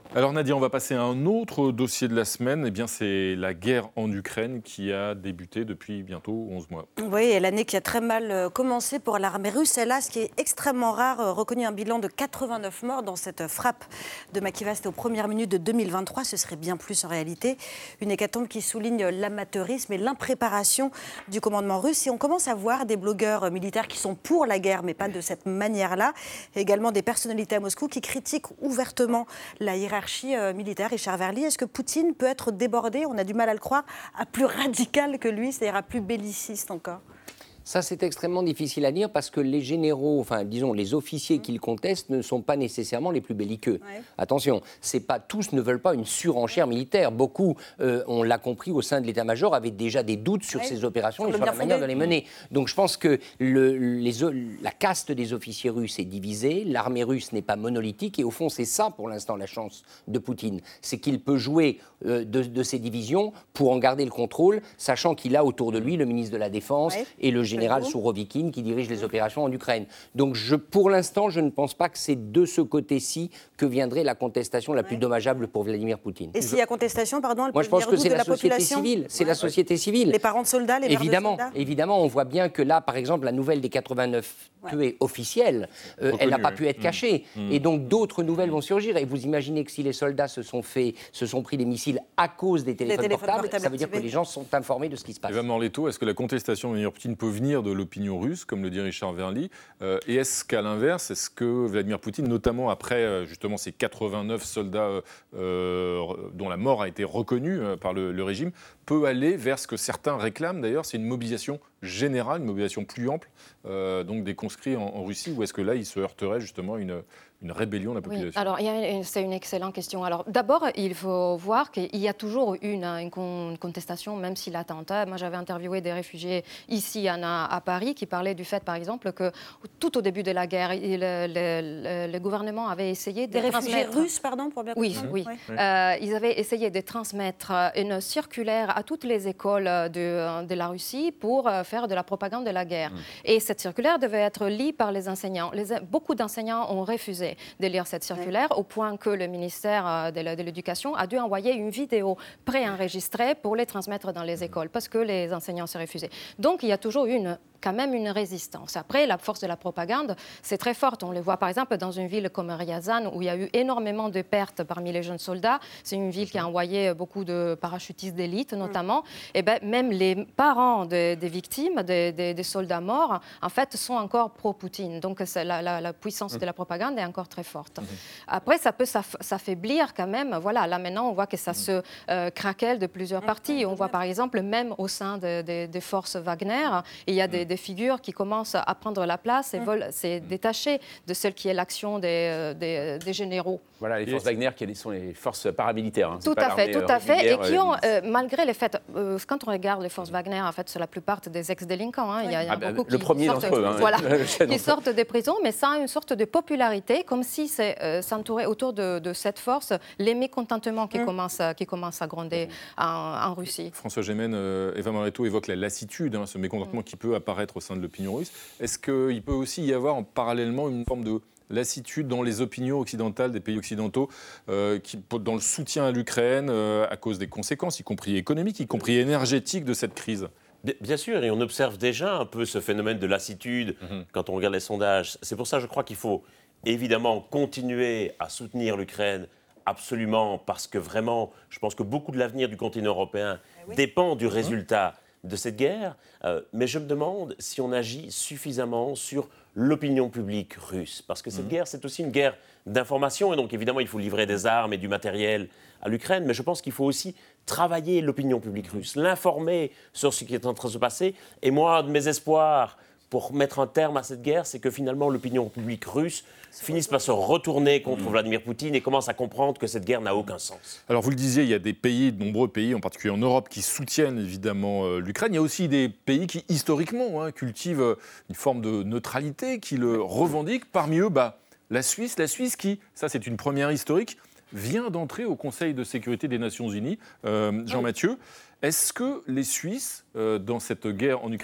Alors Nadia, on va passer à un autre dossier de la semaine. Eh bien, c'est la guerre en Ukraine qui a débuté depuis bientôt onze mois. Oui, et l'année qui a très mal commencé pour l'armée russe. Et là, ce qui est extrêmement rare, reconnu un bilan de quatre-vingt-neuf morts dans cette frappe de Makiivka. C'était aux premières minutes de deux mille vingt-trois. Ce serait bien plus en réalité. Une hécatombe qui souligne l'amateurisme et l'impréparation du commandement russe. Et on commence à voir des blogueurs militaires qui sont pour la guerre, mais pas de cette manière-là. Et également des personnalités à Moscou qui critiquent ouvertement la hiérarchie militaire. Richard Verly, est-ce que Poutine peut être débordé, on a du mal à le croire, à plus radical que lui, c'est-à-dire à plus belliciste encore? Ça, c'est extrêmement difficile à dire parce que les généraux, enfin, disons, les officiers qu'il conteste ne sont pas nécessairement les plus belliqueux. Ouais. Attention, c'est pas, tous ne veulent pas une surenchère militaire. Beaucoup, euh, on l'a compris au sein de l'état-major, avaient déjà des doutes sur ouais. ces opérations sur et sur la manière fondé. de les mener. Donc, je pense que le, les, la caste des officiers russes est divisée, l'armée russe n'est pas monolithique et au fond, c'est ça, pour l'instant, la chance de Poutine. C'est qu'il peut jouer euh, de, de ces divisions pour en garder le contrôle, sachant qu'il a autour de lui le ministre de la Défense ouais. et le général Sourovikine qui dirige les opérations en Ukraine. Donc je, pour l'instant, je ne pense pas que c'est de ce côté-ci que viendrait la contestation la plus ouais. dommageable pour Vladimir Poutine. Et s'il y a contestation, pardon, elle Moi peut je pense que c'est la, la société civile. C'est ouais. la société civile. Les parents de soldats, les évidemment, mères de soldats. Évidemment, on voit bien que là, par exemple, la nouvelle des quatre-vingt-neuf ouais. tués officielle, euh, elle n'a pas oui. pu être cachée. Mmh. Et donc d'autres nouvelles vont surgir. Et vous imaginez que si les soldats se sont, fait, se sont pris des missiles à cause des téléphones, téléphones portables, portables, ça veut dire que les gens sont informés de ce qui se passe. Eva Morletto, est-ce que la contestation de Vladimir Poutine peut venir de l'opinion russe, comme le dit Richard Verly, euh, et est-ce qu'à l'inverse, est-ce que Vladimir Poutine, notamment après euh, justement ces quatre-vingt-neuf soldats euh, euh, dont la mort a été reconnue euh, par le, le régime, peut aller vers ce que certains réclament d'ailleurs, c'est une mobilisation générale, une mobilisation plus ample, euh, donc des conscrits en, en Russie, ou est-ce que là, il se heurterait justement à une, une rébellion de la population? Oui, alors c'est une excellente question. Alors d'abord, il faut voir qu'il y a toujours une, une contestation, même si l'attentat. Moi, j'avais interviewé des réfugiés ici à, à Paris qui parlaient du fait, par exemple, que tout au début de la guerre, il, le, le, le gouvernement avait essayé de des transmettre... réfugiés russes, pardon, pour bien Oui, comprendre. oui. oui. Euh, ils avaient essayé de transmettre une circulaire à toutes les écoles de, de la Russie pour faire de la propagande de la guerre. Mmh. Et cette circulaire devait être lue par les enseignants. Les, beaucoup d'enseignants ont refusé de lire cette circulaire, ouais. au point que le ministère de l'Éducation a dû envoyer une vidéo préenregistrée pour les transmettre dans les écoles, parce que les enseignants se refusaient. Donc il y a toujours une, quand même une résistance. Après, la force de la propagande, c'est très forte. On le voit par exemple dans une ville comme Ryazan, où il y a eu énormément de pertes parmi les jeunes soldats. C'est une ville qui a envoyé beaucoup de parachutistes d'élite, notamment. Mmh. Et ben, même les parents des de victimes, des de, de soldats morts, en fait, sont encore pro-Poutine. Donc la, la, la puissance mmh. de la propagande est encore très forte. Mmh. Après, ça peut s'affaiblir quand même. Voilà, là maintenant, on voit que ça mmh. se euh, craquelle de plusieurs mmh. parties. On voit par exemple, même au sein des de, de forces Wagner, il y a des, des figures qui commencent à prendre la place et veulent se détacher de celle qui est l'action des, des, des généraux. Voilà, les forces Wagner qui sont les forces paramilitaires. Hein. Tout à fait, tout à fait. Et qui ont, euh, malgré les faits, euh, quand on regarde les forces Wagner, en fait, c'est la plupart des ex-délinquants. Hein. Oui. Il y a, il y a ah beaucoup le qui, premier sortent, d'entre eux, hein. voilà, qui sortent des prisons, mais ça a une sorte de popularité, comme si c'est euh, s'entourait autour de, de cette force les mécontentements qui, mmh. commencent, qui commencent à gronder mmh. en, en Russie. François Gémen, euh, Eva Morletto évoque la lassitude, hein, ce mécontentement mmh. qui peut apparaître au sein de l'opinion russe. Est-ce qu'il peut aussi y avoir en, parallèlement une forme de lassitude dans les opinions occidentales des pays occidentaux euh, qui, dans le soutien à l'Ukraine euh, à cause des conséquences, y compris économiques, y compris énergétiques de cette crise? Bien sûr, et on observe déjà un peu ce phénomène de lassitude mmh. quand on regarde les sondages. C'est pour ça, je crois qu'il faut évidemment continuer à soutenir l'Ukraine, absolument, parce que vraiment, je pense que beaucoup de l'avenir du continent européen eh oui. dépend du mmh. résultat de cette guerre. Euh, mais je me demande si on agit suffisamment sur l'opinion publique russe. Parce que cette mmh. guerre, c'est aussi une guerre d'information. Et donc, évidemment, il faut livrer des armes et du matériel à l'Ukraine. Mais je pense qu'il faut aussi travailler l'opinion publique russe, l'informer sur ce qui est en train de se passer. Et moi, de mes espoirs pour mettre un terme à cette guerre, c'est que finalement, l'opinion publique russe finisse par se retourner contre mmh. Vladimir Poutine et commence à comprendre que cette guerre n'a aucun sens. Alors, vous le disiez, il y a des pays, de nombreux pays, en particulier en Europe, qui soutiennent évidemment euh, l'Ukraine. Il y a aussi des pays qui, historiquement, hein, cultivent euh, une forme de neutralité, qui le revendiquent. Parmi eux, bah, la Suisse. La Suisse qui, ça c'est une première historique, vient d'entrer au Conseil de sécurité des Nations Unies. Euh, Jean-Mathieu, est-ce que les Suisses, euh, dans cette guerre en Ukraine,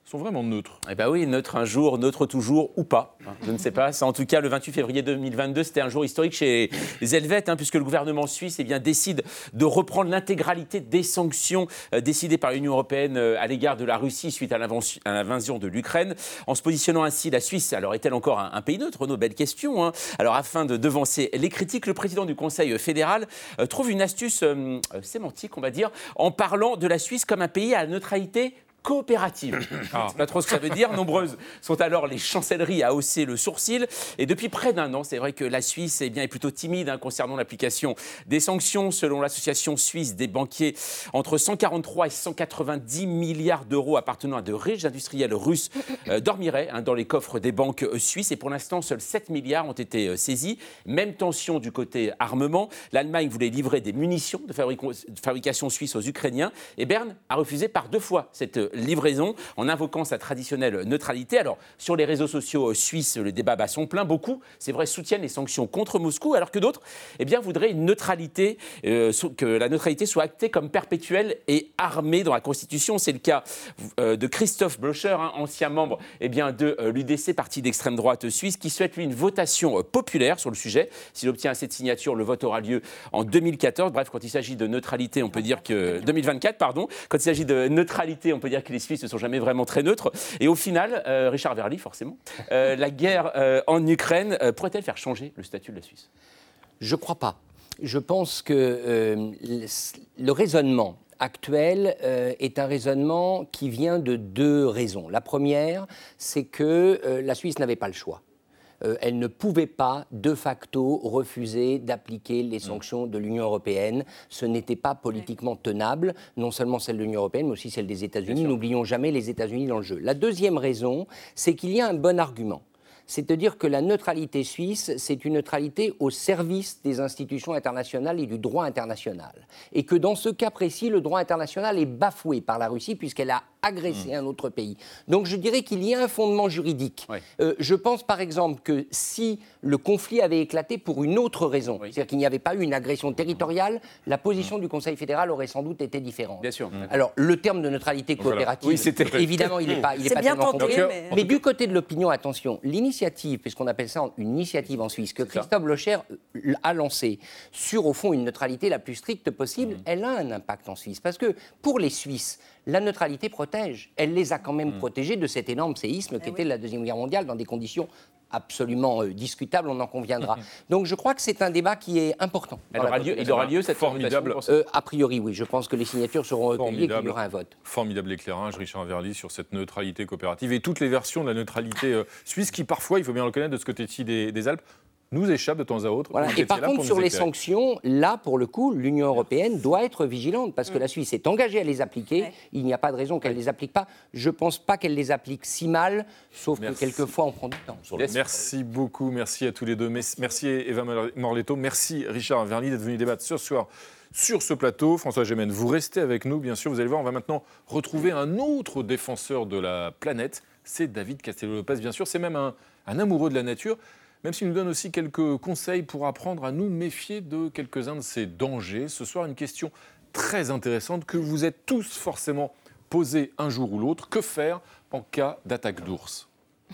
sont vraiment neutres. Eh bien oui, neutre un jour, neutre toujours ou pas. Hein, je ne sais pas. Ça, en tout cas, le vingt-huit février deux mille vingt-deux, c'était un jour historique chez les Helvètes, hein, puisque le gouvernement suisse eh bien, décide de reprendre l'intégralité des sanctions euh, décidées par l'Union européenne euh, à l'égard de la Russie suite à l'invasion de l'Ukraine. En se positionnant ainsi, la Suisse, alors est-elle encore un, un pays neutre, Renaud? Belle question. Hein. Alors afin de devancer les critiques, le président du Conseil fédéral euh, trouve une astuce euh, euh, sémantique, on va dire, en parlant de la Suisse comme un pays à la neutralité coopérative. Ah. C'est pas trop ce que ça veut dire. Nombreuses sont alors les chancelleries à hausser le sourcil. Et depuis près d'un an, c'est vrai que la Suisse eh bien, est plutôt timide hein, concernant l'application des sanctions. Selon l'association suisse des banquiers, entre cent quarante-trois et cent quatre-vingt-dix milliards d'euros appartenant à de riches industriels russes euh, dormiraient hein, dans les coffres des banques euh, suisses. Et pour l'instant, seuls sept milliards ont été euh, saisis. Même tension du côté armement. L'Allemagne voulait livrer des munitions de, fabric- de fabrication suisse aux Ukrainiens. Et Berne a refusé par deux fois cette euh, livraison en invoquant sa traditionnelle neutralité. Alors, sur les réseaux sociaux suisses, le débat bat son plein. Beaucoup, c'est vrai, soutiennent les sanctions contre Moscou, alors que d'autres eh bien, voudraient une neutralité, euh, que la neutralité soit actée comme perpétuelle et armée dans la Constitution. C'est le cas euh, de Christoph Blocher, hein, ancien membre eh bien, de euh, l'U D C, parti d'extrême droite suisse, qui souhaite lui une votation euh, populaire sur le sujet. S'il obtient assez de signatures, le vote aura lieu en deux mille quatorze. Bref, quand il s'agit de neutralité, on peut dire que... deux mille vingt-quatre, pardon. Quand il s'agit de neutralité, on peut dire que les Suisses ne sont jamais vraiment très neutres. Et au final, euh, Richard Verly, forcément, euh, la guerre euh, en Ukraine euh, pourrait-elle faire changer le statut de la Suisse? Je ne crois pas. Je pense que euh, le, le raisonnement actuel euh, est un raisonnement qui vient de deux raisons. La première, c'est que euh, la Suisse n'avait pas le choix. Euh, elle ne pouvait pas, de facto, refuser d'appliquer les sanctions de l'Union européenne. Ce n'était pas politiquement tenable, non seulement celle de l'Union européenne, mais aussi celle des États-Unis. N'oublions jamais les États-Unis dans le jeu. La deuxième raison, c'est qu'il y a un bon argument. C'est-à-dire que la neutralité suisse, c'est une neutralité au service des institutions internationales et du droit international. Et que dans ce cas précis, le droit international est bafoué par la Russie puisqu'elle a agressé mmh. un autre pays. Donc je dirais qu'il y a un fondement juridique. Oui. Euh, je pense par exemple que si le conflit avait éclaté pour une autre raison, oui. c'est-à-dire qu'il n'y avait pas eu une agression territoriale, la position mmh. du Conseil fédéral aurait sans doute été différente. Bien sûr. Mmh. Alors le terme de neutralité coopérative, voilà. oui, évidemment, il n'est pas, il est pas bien tellement tenté, concret. mais... mais du côté de l'opinion, attention, l'initiative, puisqu'on appelle ça une initiative en Suisse, que c'est Christophe Blocher a lancée sur, au fond, une neutralité la plus stricte possible, mmh. elle a un impact en Suisse. Parce que pour les Suisses, la neutralité protège. Elle les a quand même mmh. protégés de cet énorme séisme qu'était oui. la Deuxième Guerre mondiale dans des conditions absolument euh, discutables, on en conviendra. Donc je crois que c'est un débat qui est important. Elle aura lieu, il aura lieu cette formidable. Euh, a priori, oui. Je pense que les signatures seront recueillies et qu'il y aura un vote. Formidable éclairage, Richard Verly, sur cette neutralité coopérative et toutes les versions de la neutralité euh, suisse qui, parfois, il faut bien le reconnaître, de ce côté-ci des, des Alpes, nous échappe de temps à autre. Voilà. Et par contre, sur les sanctions, là, pour le coup, l'Union européenne doit être vigilante parce que mmh. la Suisse est engagée à les appliquer. Ouais. Il n'y a pas de raison qu'elle ne ouais. les applique pas. Je ne pense pas qu'elle les applique si mal, sauf merci. que quelquefois, on prend du temps. Merci beaucoup. Merci à tous les deux. Merci Eva Morletto. Merci Richard Verly d'être venu débattre ce soir sur ce plateau. François Gémen, vous restez avec nous, bien sûr. Vous allez voir, on va maintenant retrouver un autre défenseur de la planète. C'est David Castello-Lopez, bien sûr. C'est même un, un amoureux de la nature. Même s'il nous donne aussi quelques conseils pour apprendre à nous méfier de quelques-uns de ces dangers. Ce soir, une question très intéressante que vous êtes tous forcément posée un jour ou l'autre. Que faire en cas d'attaque d'ours ?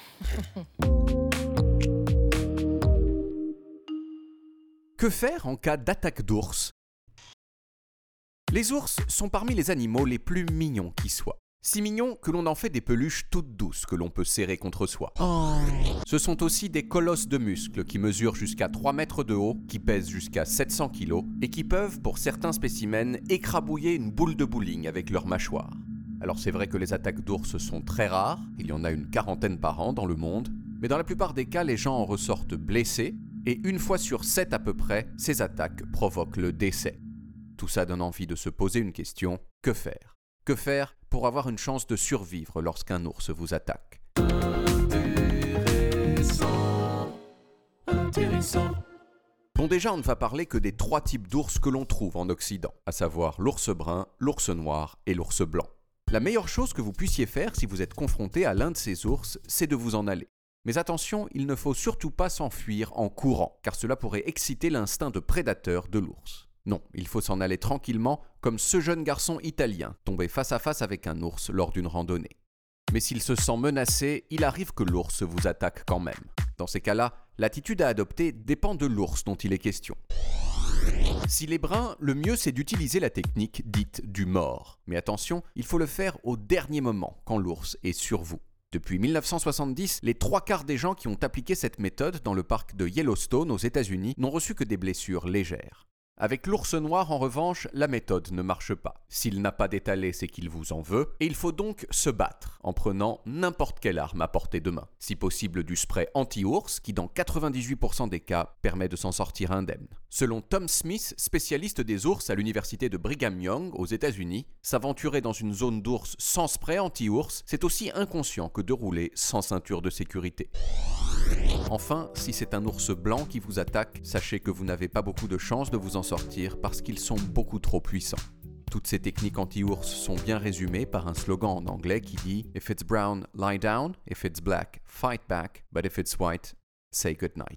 Que faire en cas d'attaque d'ours ? Les ours sont parmi les animaux les plus mignons qui soient. Si mignons que l'on en fait des peluches toutes douces que l'on peut serrer contre soi. Oh. Ce sont aussi des colosses de muscles qui mesurent jusqu'à trois mètres de haut, qui pèsent jusqu'à sept cents kilos et qui peuvent, pour certains spécimens, écrabouiller une boule de bowling avec leur mâchoire. Alors c'est vrai que les attaques d'ours sont très rares, il y en a une quarantaine par an dans le monde, mais dans la plupart des cas, les gens en ressortent blessés et une fois sur sept à peu près, ces attaques provoquent le décès. Tout ça donne envie de se poser une question, que faire ? Que faire pour avoir une chance de survivre lorsqu'un ours vous attaque ? Intéressant, intéressant. Bon, déjà, on ne va parler que des trois types d'ours que l'on trouve en Occident, à savoir l'ours brun, l'ours noir et l'ours blanc. La meilleure chose que vous puissiez faire si vous êtes confronté à l'un de ces ours, c'est de vous en aller. Mais attention, il ne faut surtout pas s'enfuir en courant, car cela pourrait exciter l'instinct de prédateur de l'ours. Non, il faut s'en aller tranquillement, comme ce jeune garçon italien tombé face à face avec un ours lors d'une randonnée. Mais s'il se sent menacé, il arrive que l'ours vous attaque quand même. Dans ces cas-là, l'attitude à adopter dépend de l'ours dont il est question. S'il est brun, le mieux c'est d'utiliser la technique dite du mort. Mais attention, il faut le faire au dernier moment, quand l'ours est sur vous. Depuis mille neuf cent soixante-dix, les trois quarts des gens qui ont appliqué cette méthode dans le parc de Yellowstone aux États-Unis n'ont reçu que des blessures légères. Avec l'ours noir, en revanche, la méthode ne marche pas. S'il n'a pas d'étalé, c'est qu'il vous en veut, et il faut donc se battre en prenant n'importe quelle arme à portée de main. Si possible du spray anti-ours, qui dans quatre-vingt-dix-huit pour cent des cas permet de s'en sortir indemne. Selon Tom Smith, spécialiste des ours à l'université de Brigham Young aux États-Unis, s'aventurer dans une zone d'ours sans spray anti-ours, c'est aussi inconscient que de rouler sans ceinture de sécurité. Enfin, si c'est un ours blanc qui vous attaque, sachez que vous n'avez pas beaucoup de chances de vous en sortir parce qu'ils sont beaucoup trop puissants. Toutes ces techniques anti-ours sont bien résumées par un slogan en anglais qui dit « If it's brown, lie down. If it's black, fight back. But if it's white, say good night. »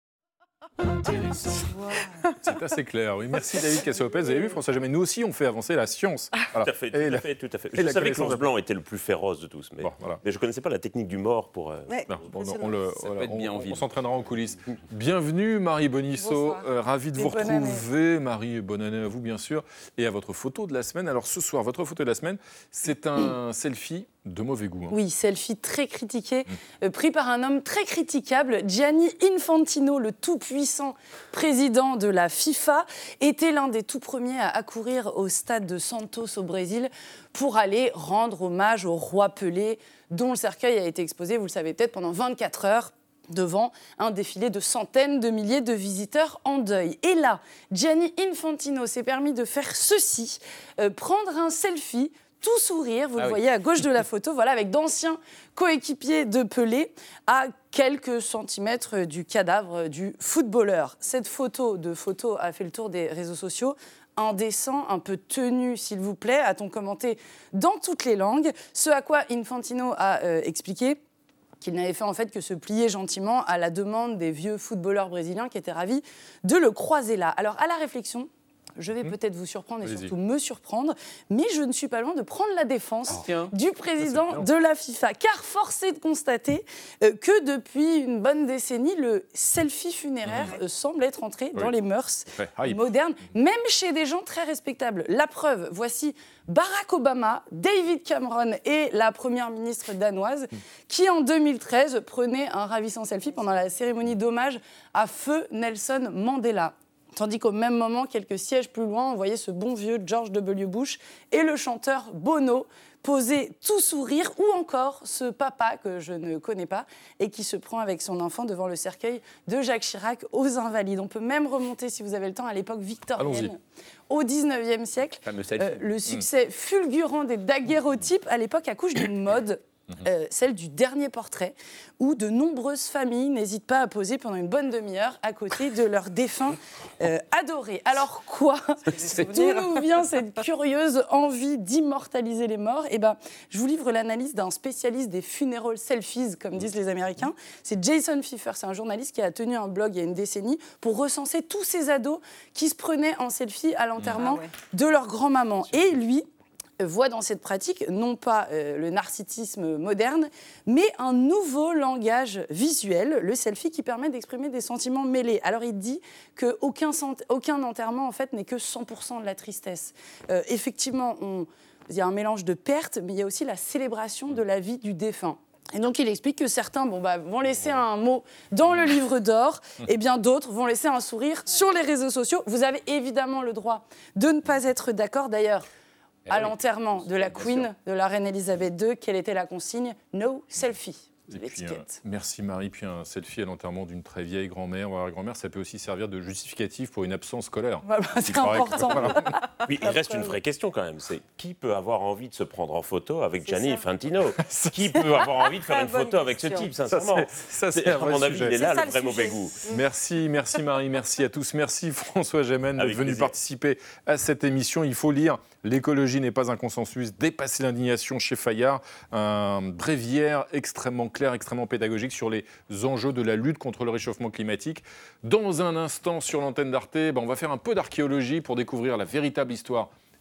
C'est assez clair, oui. Merci David Cassio-Lopez. Vous avez vu, François Gemène, nous aussi on fait avancer la science. Voilà. Tout à fait, tout, à, la... fait, tout à fait. Je savais que l'ours blanc était le plus féroce de tous, mais, bon, voilà. mais je ne connaissais pas la technique du mort pour... Euh... Ouais, non, bon, on le, voilà, on, on s'entraînera en coulisses. Bienvenue Marie Bonisso, euh, ravi de et vous retrouver. Année. Marie, bonne année à vous bien sûr, et à votre photo de la semaine. Alors ce soir, votre photo de la semaine, c'est un selfie de mauvais goût. Hein. Oui, selfie très critiqué, mmh. euh, pris par un homme très critiquable. Gianni Infantino, le tout-puissant président de la FIFA, était l'un des tout premiers à accourir au stade de Santos au Brésil pour aller rendre hommage au roi Pelé, dont le cercueil a été exposé, vous le savez peut-être, pendant vingt-quatre heures devant un défilé de centaines de milliers de visiteurs en deuil. Et là, Gianni Infantino s'est permis de faire ceci, euh, prendre un selfie, tout sourire, vous ah le oui. voyez à gauche de la photo, voilà, avec d'anciens coéquipiers de Pelé à quelques centimètres du cadavre du footballeur. Cette photo de photo a fait le tour des réseaux sociaux. Indécent, un peu tenu, s'il vous plaît, a-t-on commenté dans toutes les langues. Ce à quoi Infantino a euh, expliqué qu'il n'avait fait en fait que se plier gentiment à la demande des vieux footballeurs brésiliens qui étaient ravis de le croiser là. Alors, à la réflexion, je vais mmh. peut-être vous surprendre et Allez-y. surtout me surprendre, mais je ne suis pas loin de prendre la défense oh. du président de la FIFA. Car force est de constater euh, que depuis une bonne décennie, le selfie funéraire mmh. euh, semble être entré oui. dans les mœurs ouais. modernes, même chez des gens très respectables. La preuve, voici Barack Obama, David Cameron et la première ministre danoise mmh. qui, en deux mille treize, prenaient un ravissant selfie pendant la cérémonie d'hommage à feu Nelson Mandela. Tandis qu'au même moment, quelques sièges plus loin, on voyait ce bon vieux George W. Bush et le chanteur Bono poser tout sourire, ou encore ce papa que je ne connais pas et qui se prend avec son enfant devant le cercueil de Jacques Chirac aux Invalides. On peut même remonter, si vous avez le temps, à l'époque victorienne, au dix-neuvième siècle. Euh, le succès mmh. fulgurant des daguerreotypes, à l'époque, accouche d'une mode. Euh, celle du dernier portrait, où de nombreuses familles n'hésitent pas à poser pendant une bonne demi-heure à côté de leurs défunts euh, adorés. Alors quoi ? D'où nous vient cette curieuse envie d'immortaliser les morts ? Eh ben, je vous livre l'analyse d'un spécialiste des funeral selfies, comme disent les Américains. C'est Jason Pfeiffer, c'est un journaliste qui a tenu un blog il y a une décennie pour recenser tous ces ados qui se prenaient en selfie à l'enterrement ah ouais. de leur grand-maman. Et lui voit dans cette pratique non pas euh, le narcissisme moderne, mais un nouveau langage visuel, le selfie, qui permet d'exprimer des sentiments mêlés. Alors il dit qu'aucun aucun enterrement en fait n'est que cent pour cent de la tristesse. Euh, effectivement, on, il y a un mélange de pertes, mais il y a aussi la célébration de la vie du défunt. Et donc, il explique que certains bon, bah, vont laisser un mot dans le livre d'or, et bien d'autres vont laisser un sourire sur les réseaux sociaux. Vous avez évidemment le droit de ne pas être d'accord. D'ailleurs, à l'enterrement de la Queen, de la reine Elisabeth deux, quelle était la consigne ? No selfie. Et puis, euh, merci Marie. Puis un selfie à l'enterrement d'une très vieille grand-mère ou arrière-grand-mère, ça peut aussi servir de justificatif pour une absence scolaire. Voilà, c'est important. Voilà. Oui, il reste une vraie question quand même. C'est qui peut avoir envie de se prendre en photo avec Gianni Infantino ? Qui peut avoir envie de faire une photo avec ce type, sincèrement ? Ça, c'est, ça, c'est à mon avis, sujet. Il est là c'est le vrai mauvais goût. Merci, merci Marie, merci à tous. Merci François Gemène d'être venu participer à cette émission. Il faut lire L'écologie n'est pas un consensus, dépasser l'indignation chez Fayard, un bréviaire extrêmement clair, extrêmement pédagogique sur les enjeux de la lutte contre le réchauffement climatique. Dans un instant, sur l'antenne d'Arte, ben on va faire un peu d'archéologie pour découvrir la véritable histoire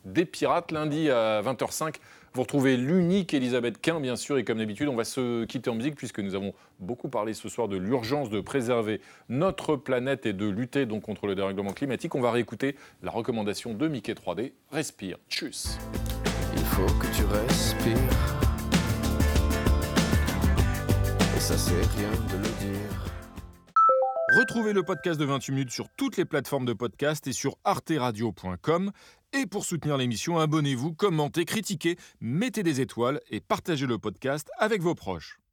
des pirates. Lundi à vingt heures cinq, vous retrouvez l'unique Elisabeth Quint, bien sûr. Et comme d'habitude, on va se quitter en musique puisque nous avons beaucoup parlé ce soir de l'urgence de préserver notre planète et de lutter donc contre le dérèglement climatique. On va réécouter la recommandation de Mickey trois D. Respire. Tchuss. Il faut que tu respires. Et ça, c'est rien de le dire. Retrouvez le podcast de vingt-huit minutes sur toutes les plateformes de podcast et sur arte radio point com. Et pour soutenir l'émission, abonnez-vous, commentez, critiquez, mettez des étoiles et partagez le podcast avec vos proches.